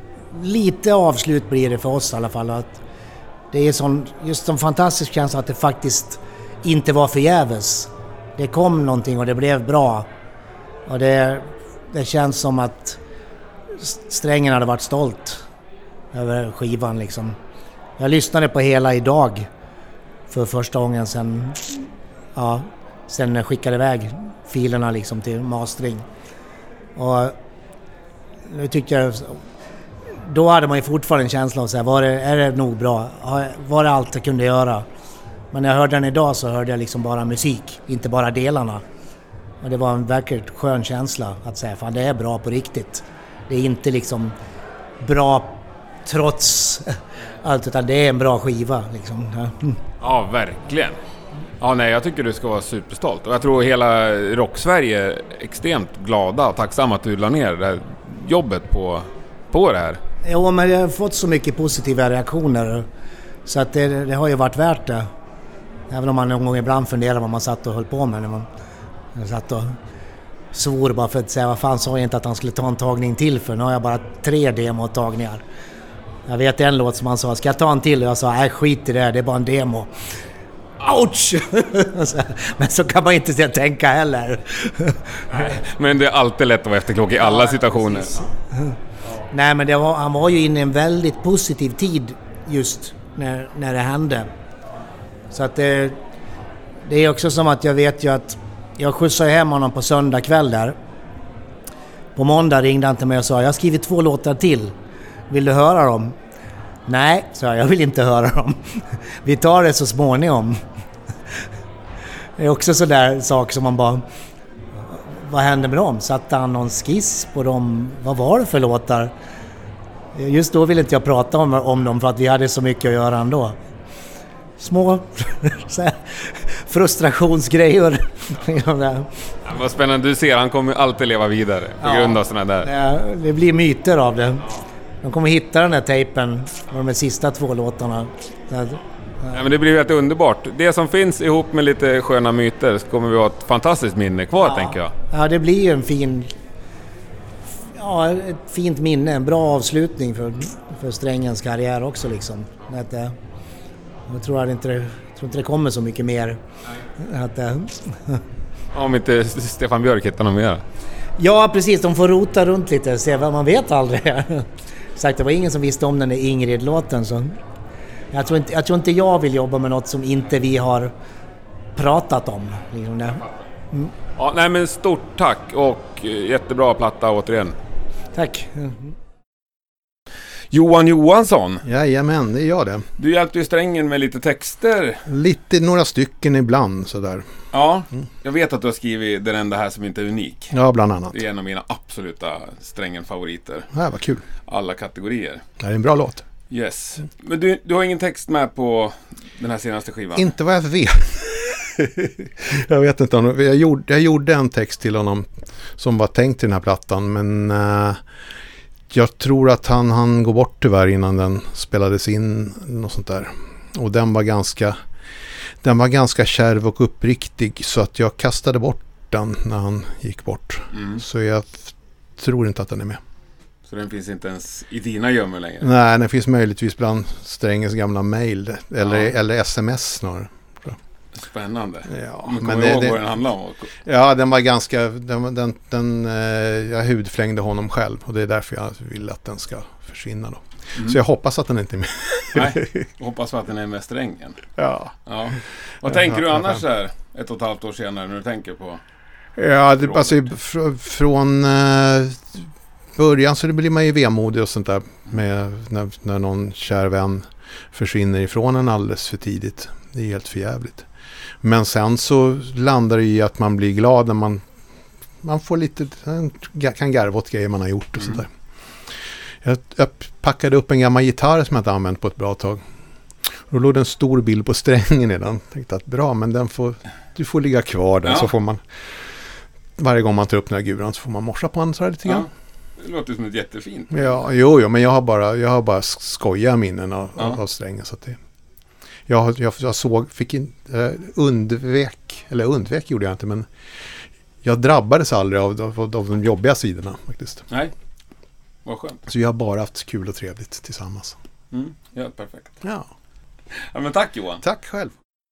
F: lite avslut blir det för oss i alla fall. Att det är sån, just en fantastisk känsla att det faktiskt inte var förgäves. Det kom någonting och det blev bra. Och det, det känns som att Strängen hade varit stolt över skivan liksom. Jag lyssnade på hela idag för första gången sen, ja, sen jag skickade iväg filerna liksom till mastering. Och nu tyckte jag, då hade man ju fortfarande en känsla av att säga, var det, är det nog bra? Var det allt jag kunde göra? Men när jag hörde den idag så hörde jag liksom bara musik, inte bara delarna. Och det var en verkligt skön känsla att säga, fan det är bra på riktigt. Det är inte liksom bra trots allt, utan det är en bra skiva liksom. Ja,
E: ja verkligen. Ja, nej, jag tycker du ska vara superstolt. Och jag tror hela Rock-Sverige är extremt glada och tacksamma att du la ner det här jobbet på, på det här.
F: Jo, men jag har fått så mycket positiva reaktioner så att det, det har ju varit värt det. Även om man någon gång ibland funderar vad man satt och höll på med när man, man satt och svor bara för att säga, vad fan sa jag inte att han skulle ta en tagning till för? Nu har jag bara tre demotagningar. Jag vet en låt som han sa, ska jag ta en till? Och jag sa, nej skit i det, det är bara en demo. Ouch! Men så kan man inte tänka heller.
E: Nej, men det är alltid lätt att vara efterklok i alla situationer.
F: Nej, men det var, han var ju inne i en väldigt positiv tid just när, när det hände. Så att det, det är också som att jag vet ju att jag skjutsade hem honom på söndag kväll där. På måndag ringde han till mig och sa, jag har skrivit två låtar till. Vill du höra dem? Nej, så jag, jag vill inte höra dem. Vi tar det så småningom. Det är också så där sak som man bara, vad hände med dem? Satte han någon skiss på dem? Vad var det för låtar? Just då ville inte jag prata om, om dem för att vi hade så mycket att göra ändå. Små frustrationsgrejer.
E: Ja, vad spännande, du ser, han kommer alltid leva vidare på ja, grund av sådana där.
F: Det, det blir myter av det. De kommer hitta den här tejpen med de sista två låtarna. Ja.
E: Ja, men det blir ju helt underbart. Det som finns ihop med lite sköna myter så kommer vi ha ett fantastiskt minne kvar, ja. tänker jag.
F: Ja, det blir ju en fin... Ja, ett fint minne, en bra avslutning för, för Strängens karriär också liksom. Att, äh, jag tror att inte det, tror inte det kommer så mycket mer. Att, äh,
E: Om inte Stefan Björk hittar något mer.
F: Ja, precis. De får rota runt lite och se vad man vet aldrig. Sagt, det var ingen som visste om den där Ingrid-låten. Så jag, tror inte, jag tror inte jag vill jobba med något som inte vi har pratat om. Liksom det. Mm.
E: Ja, nej, men stort tack och jättebra platta återigen.
F: Tack. Mm.
E: Johan Johansson.
G: Jajamän, det är jag det.
E: Du hjälpte ju Strängen med lite texter.
G: Lite, några stycken ibland sådär.
E: Ja, mm. jag vet att du har skrivit Den enda här som inte är unik.
G: Ja, bland annat.
E: Det är en av mina absoluta Strängen-favoriter.
G: Ja, vad kul.
E: Alla kategorier.
G: Det är en bra låt.
E: Yes. Men du, du har ingen text med på den här senaste skivan?
G: Inte vad jag vet. Jag vet inte om jag gjorde, jag gjorde en text till honom som var tänkt till den här plattan, men uh, jag tror att han, han går bort tyvärr innan den spelades in, något sånt där. Och den var ganska den var ganska kärv och uppriktig, så att jag kastade bort den när han gick bort. Mm. Så jag f- tror inte att den är med.
E: Så den finns inte ens i dina gömmor längre?
G: Nej, den finns möjligtvis bland Strängens gamla mejl eller,
E: ja.
G: eller sms snarare.
E: Spännande.
G: Ja,
E: men
G: men
E: det,
G: det,
E: ihåg
G: det,
E: vad den handlar om?
G: Ja, den var ganska den, den, den, eh, jag hudflängde honom själv och det är därför jag vill att den ska försvinna då. Mm. Så jag hoppas att den inte är med.
E: Nej, jag hoppas att den är med Strängen.
G: Ja.
E: Ja. Vad tänker du annars där ett och ett halvt år senare när du tänker på?
G: Ja, det, alltså fr- från eh, början så det blir man ju vemodig och sånt där med när, när någon kär vän försvinner ifrån en alldeles för tidigt. Det är helt förjävligt. Men sen så landar det i att man blir glad när man man får lite kan garva åt grejer man har gjort och mm. sådär. Jag, jag packade upp en gammal gitarr som jag inte använt på ett bra tag. Då låg det en stor bild på Strängen i den. Tänkte att bra, men den får du får ligga kvar där, ja. Så får man varje gång man tar upp den här guran så får man morsa på den så här lite grann.
E: Ja, det låter som ett jättefint.
G: Ja, jo, jo men jag har bara jag har bara skoja minnen av, ja. av Strängen så att det Jag, jag, jag såg, fick in, uh, undvek, eller undvek gjorde jag inte, men jag drabbades aldrig av, av, av de jobbiga sidorna faktiskt.
E: Nej, vad skönt.
G: Så jag har bara haft kul och trevligt tillsammans.
E: Mm, ja, perfekt.
G: Ja.
E: Ja, men tack Johan.
G: Tack själv.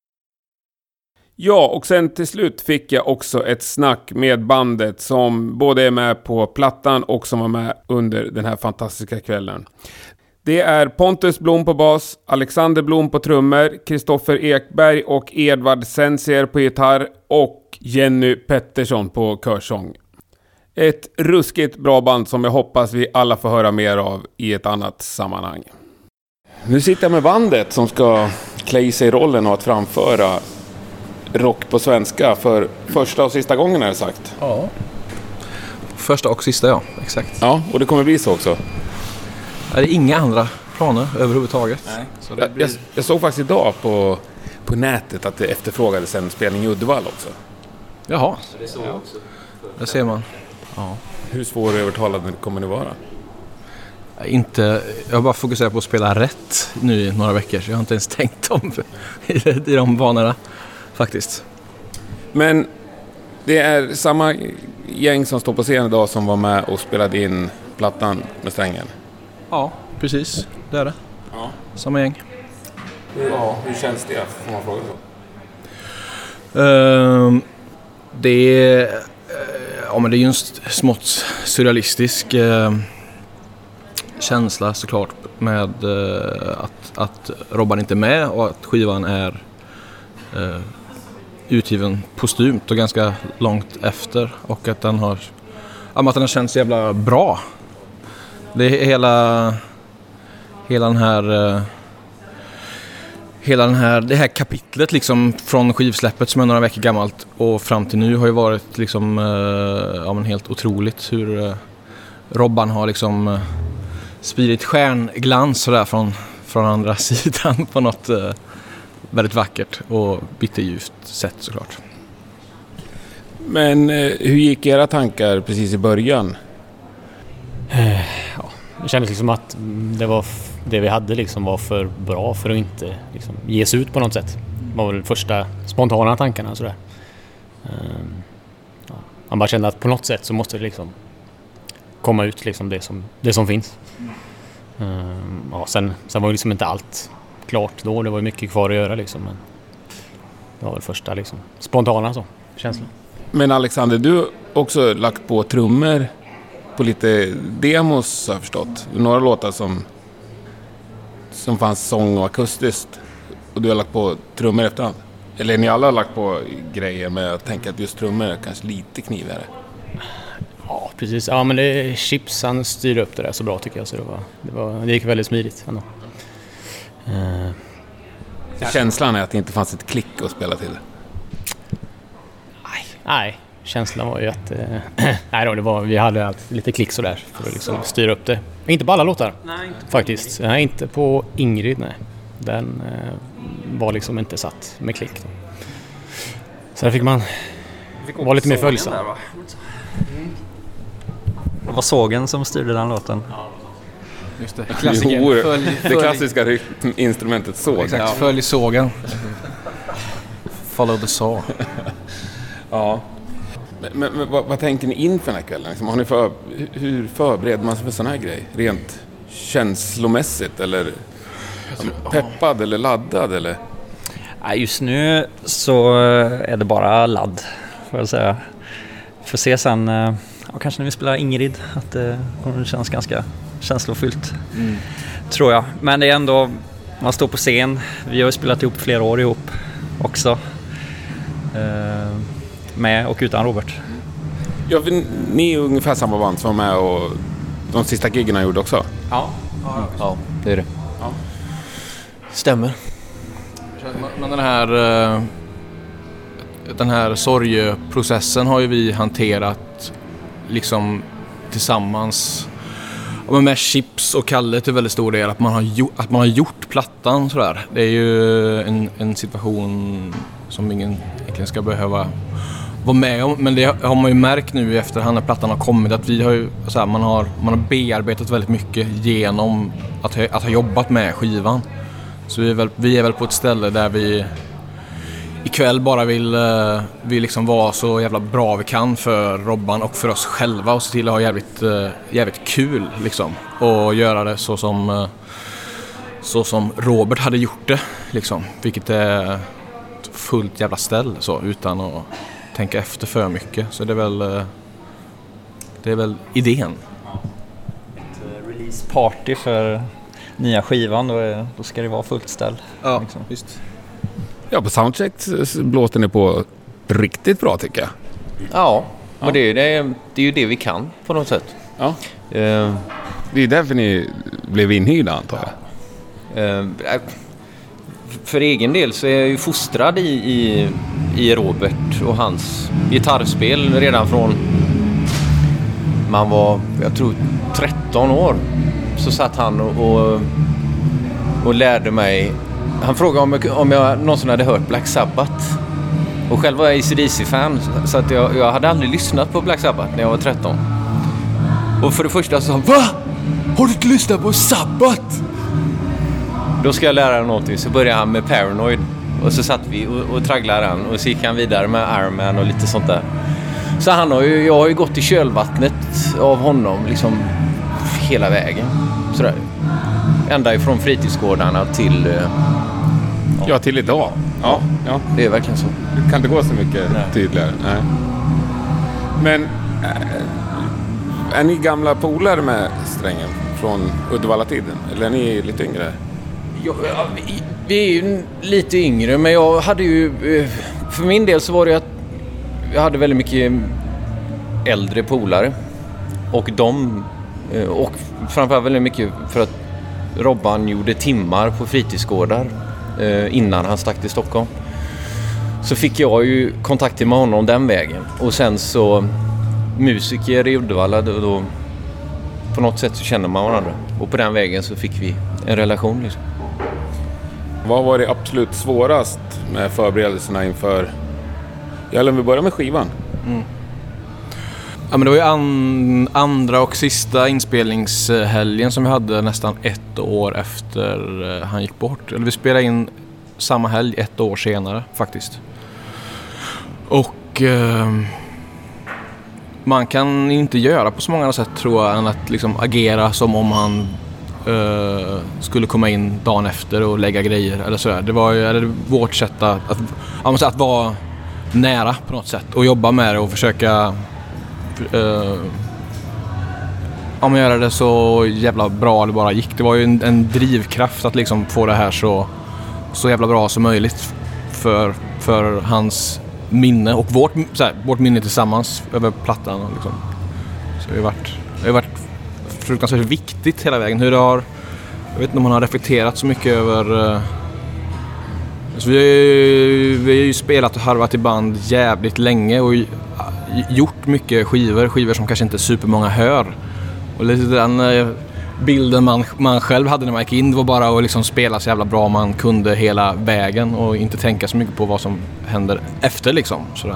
A: Ja, och sen till slut fick jag också ett snack med bandet som både är med på plattan och som var med under den här fantastiska kvällen. Det är Pontus Blom på bas, Alexander Blom på trummor, Kristoffer Ekberg och Edvard Sensier på gitarr och Jenny Pettersson på körsång. Ett ruskigt bra band som jag hoppas vi alla får höra mer av i ett annat sammanhang. Nu sitter jag med bandet som ska klä i sig rollen och att framföra rock på svenska för första och sista gången, har jag sagt.
H: Ja, första och sista, ja, exakt.
A: Ja, och det kommer bli så också.
H: Det är inga andra planer överhuvudtaget.
A: Nej. Så det blir... jag, jag såg faktiskt idag på, på nätet att det efterfrågades en spelning i Uddevalla också.
H: Jaha, det, är så ja. också. Det ser man. Ja.
A: Hur svår övertalande kommer det vara?
H: Inte, jag har bara fokuserat på att spela rätt nu i några veckor, så jag har inte ens tänkt om i, i de banorna faktiskt.
A: Men det är samma gäng som står på scen idag som var med och spelade in plattan med Strängen?
H: Ja, precis. Det är det.
A: Ja.
H: Samma gäng.
A: Ja, hur känns det? Får man fråga så?
H: Uh, det är uh, ja, men det är ju en smått surrealistisk uh, känsla såklart med uh, att, att Robban inte är med och att skivan är uh, utgiven postumt och ganska långt efter och att den har, ja, att den har känts jävla bra. Det är hela hela den här uh, hela den här det här kapitlet liksom från skivsläppet som är några veckor gammalt och fram till nu har ju varit liksom uh, ja, men helt otroligt hur uh, Robban har liksom uh, spridit stjärnglans sådär från, från andra sidan på något uh, väldigt vackert och bitterljuvt sätt såklart.
A: Men uh, hur gick era tankar precis i början?
I: Uh, ja, det kändes liksom att det, var f- det vi hade liksom var för bra för att inte liksom, ges ut på något sätt. Det var väl första spontana tankarna sådär. Uh, ja. Man bara kände att på något sätt så måste det liksom komma ut liksom det som, det som finns. Um, ja, sen, sen var ju liksom inte allt klart då. Det var ju mycket kvar att göra liksom. Men det var väl första liksom, spontana så, känslan.
A: Men Alexander, du har också lagt på trummor på lite demos har jag förstått. Några låtar som, som fanns sång och akustiskt. Och du har lagt på trummor efterhand. Eller ni alla har lagt på grejer med att tänka att just trummor är kanske lite knivigare.
I: Ja, precis. Ja, men det, Chips, han styr upp det där så bra tycker jag. Så det, var, det, var, det gick väldigt smidigt. Uh,
A: Känslan är att det inte fanns ett klick att spela till.
I: Nej, nej. Känslan var ju att... Uh, nej då, det var, vi hade lite klick sådär för att liksom styra upp det. Inte på alla låtar, nej, inte faktiskt. Nej, inte på Ingrid, nej. Den uh, var liksom inte satt med klick. Då. Så där fick man fick vara lite mer följsam. Där, va?
J: Mm. Det var sågen som styrde den låten.
I: Ja.
H: Just det.
A: Klassiker. Följ, följ. Det klassiska instrumentet såg.
H: Exakt, ja. Följ sågen. Follow the saw.
A: Ja. Men, men, men vad, vad tänker ni inför den här kvällen? Liksom, har ni för, hur förbereder man sig för sån här grej? Rent känslomässigt eller peppad eller laddad eller?
J: Just nu så är det bara ladd, får jag säga. Får se sen, ja, kanske när vi spelar Ingrid, att det känns ganska känslofyllt, mm. tror jag. Men det är ändå, man står på scen, vi har ju spelat ihop flera år ihop också, eh, med och utan Robert.
A: Ja, ni är ungefär samma band som var med och de sista giggarna gjorde också.
K: Ja, ja, det är det. Ja. Stämmer.
H: Men den här den här sorgeprocessen har ju vi hanterat liksom tillsammans. Och med Chips och Kalle till väldigt stor del att man har gjort, att man har gjort plattan sådär. Det är ju en, en situation som ingen egentligen ska behöva vara med om, men det har man ju märkt nu efterhand när plattan har kommit att vi har ju så här, man har man har bearbetat väldigt mycket genom att ha, att ha jobbat med skivan. Så vi är väl vi är väl på ett ställe där vi ikväll bara vill vi liksom vara så jävla bra vi kan för Robban och för oss själva och se till att ha jävligt jävligt kul liksom och göra det så som så som Robert hade gjort det liksom, vilket är fullt jävla ställ så utan att tänka efter för mycket. Så det är väl det är väl idén.
J: Ett release party för nya skivan, då, är, då ska det vara fullt ställ.
H: Ja,
J: liksom.
H: Visst.
A: Ja, på Soundcheck blåste ni på riktigt bra tycker jag.
K: Ja,
A: ja.
K: och det, det, är, det är ju det vi kan på något sätt.
A: Ja.
K: Uh,
A: det är därför ni blev inhyrda antar jag.
K: Uh, för egen del så är jag ju fostrad i, i, i Robert och hans gitarrspel redan från man var, jag tror, tretton år. Så satt han och, och, och lärde mig. Han frågade om jag, om jag någonsin hade hört Black Sabbath. Och själv var jag A C D C-fan, så att jag, jag hade aldrig lyssnat på Black Sabbath när jag var tretton. Och för det första så sa han, va? Har du inte lyssnat på Sabbath? Då ska jag lära dig någonting. Så började han med Paranoid. Och så satt vi och, och tragglade den. Och så gick han vidare med Iron Man och lite sånt där. Så han har ju, jag har ju gått i kölvattnet av honom liksom hela vägen. Sådär. Ända ifrån fritidsgårdarna till...
A: Ja, ja till idag. Ja, ja.
K: Det är verkligen så.
A: Det kan inte gå så mycket Nej. tydligare. Nej. Men är ni gamla polare med Strängen
E: från Uddevalla-tiden? Eller är ni lite yngre?
K: Ja, vi, vi är ju lite yngre, men jag hade ju... För min del så var det att jag hade väldigt mycket äldre polare. Och de... Och framförallt väldigt mycket för att Robban gjorde timmar på fritidsgårdar innan han stack till Stockholm. Så fick jag ju kontakter med honom den vägen. Och sen så musiker i Uddevalla, då, då på något sätt så känner man varandra. Och på den vägen så fick vi en relation liksom.
E: Vad var det absolut svårast med förberedelserna inför... Ja, vi börjar med skivan.
H: Mm. Ja, men det var ju an, andra och sista inspelningshelgen som vi hade nästan ett år efter han gick bort. Eller vi spelade in samma helg ett år senare faktiskt. Och eh, man kan inte göra på så många sätt tror jag än att liksom agera som om han eh, skulle komma in dagen efter och lägga grejer eller sådär. Det var ju eller vårt sätt att, att, att, att vara nära på något sätt och jobba med det och försöka Uh, om jag göra det så jävla bra det bara gick. Det var ju en, en drivkraft att liksom få det här så, så jävla bra som möjligt för, för hans minne och vårt, så här, vårt minne tillsammans över plattan liksom. Så det har varit, det har varit fruktansvärt viktigt hela vägen. Hur det har, jag vet inte om man har reflekterat så mycket över uh, alltså vi, vi har ju spelat och harvat i band jävligt länge och gjort mycket skivor, skivor som kanske inte supermånga hör. Och lite den eh, bilden man, man själv hade när man gick in var bara att liksom spela så jävla bra man kunde hela vägen och inte tänka så mycket på vad som händer efter liksom, sådär.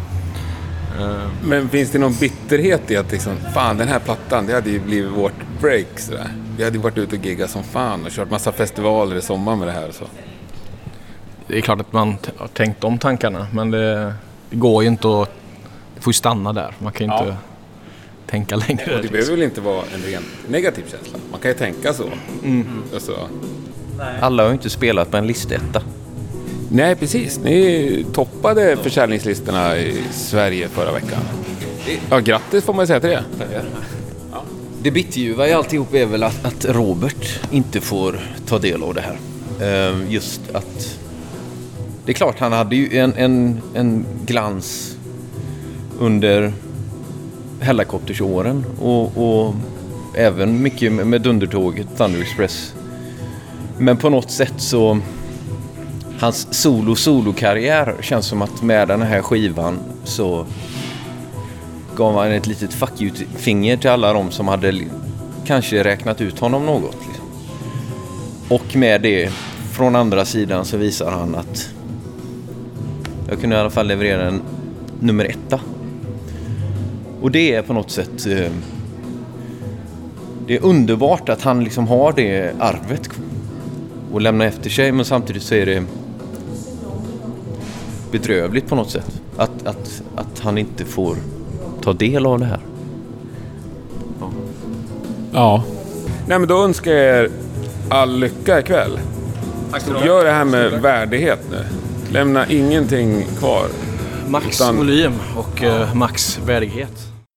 E: Uh. Men finns det någon bitterhet i att liksom, fan den här plattan, det hade ju blivit vårt break sådär. Vi hade ju varit ute och giggat som fan och kört massa festivaler i sommar med det här så.
H: Det är klart att man t- har tänkt om tankarna, men det, det går ju inte att det får ju stanna där. Man kan ju inte ja. tänka längre.
E: Nej, det liksom. behöver väl inte vara en ren negativ känsla. Man kan ju tänka så. Mm. Alltså.
K: Alla har ju inte spelat på en listetta.
E: Nej, precis. Ni toppade försäljningslistorna i Sverige förra veckan. Ja, grattis får man säga till det.
K: Ja. Det bitterljuva i alltihop är väl att, att Robert inte får ta del av det här. Uh, just att... Det är klart, han hade ju en, en, en glans under Hellacopters-åren och, och även mycket med, med Dundertåget, Thunder Express. Men på något sätt så hans solo-solo-karriär känns som att med den här skivan så gav han ett litet fuck you-finger till alla de som hade kanske räknat ut honom något. Liksom. Och med det, från andra sidan så visar han att jag kunde i alla fall leverera en nummer etta. Och det är på något sätt eh, det är underbart att han liksom har det arvet och lämna efter sig, men samtidigt så är det bedrövligt på något sätt att, att, att han inte får ta del av det här.
E: Ja. ja. Nej, men då önskar jag er all lycka ikväll. Gör det här med värdighet nu. Lämna ingenting kvar.
H: Max utan... volym och ja. uh, max värdighet.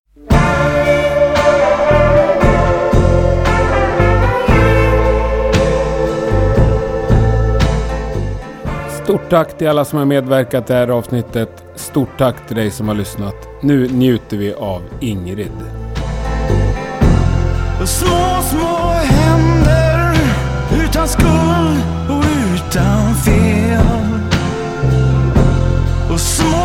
A: Stort tack till alla som har medverkat i det här avsnittet. Stort tack till dig som har lyssnat. Nu njuter vi av Ingrid.
L: Små, små händer utan skuld och utan fel. Och små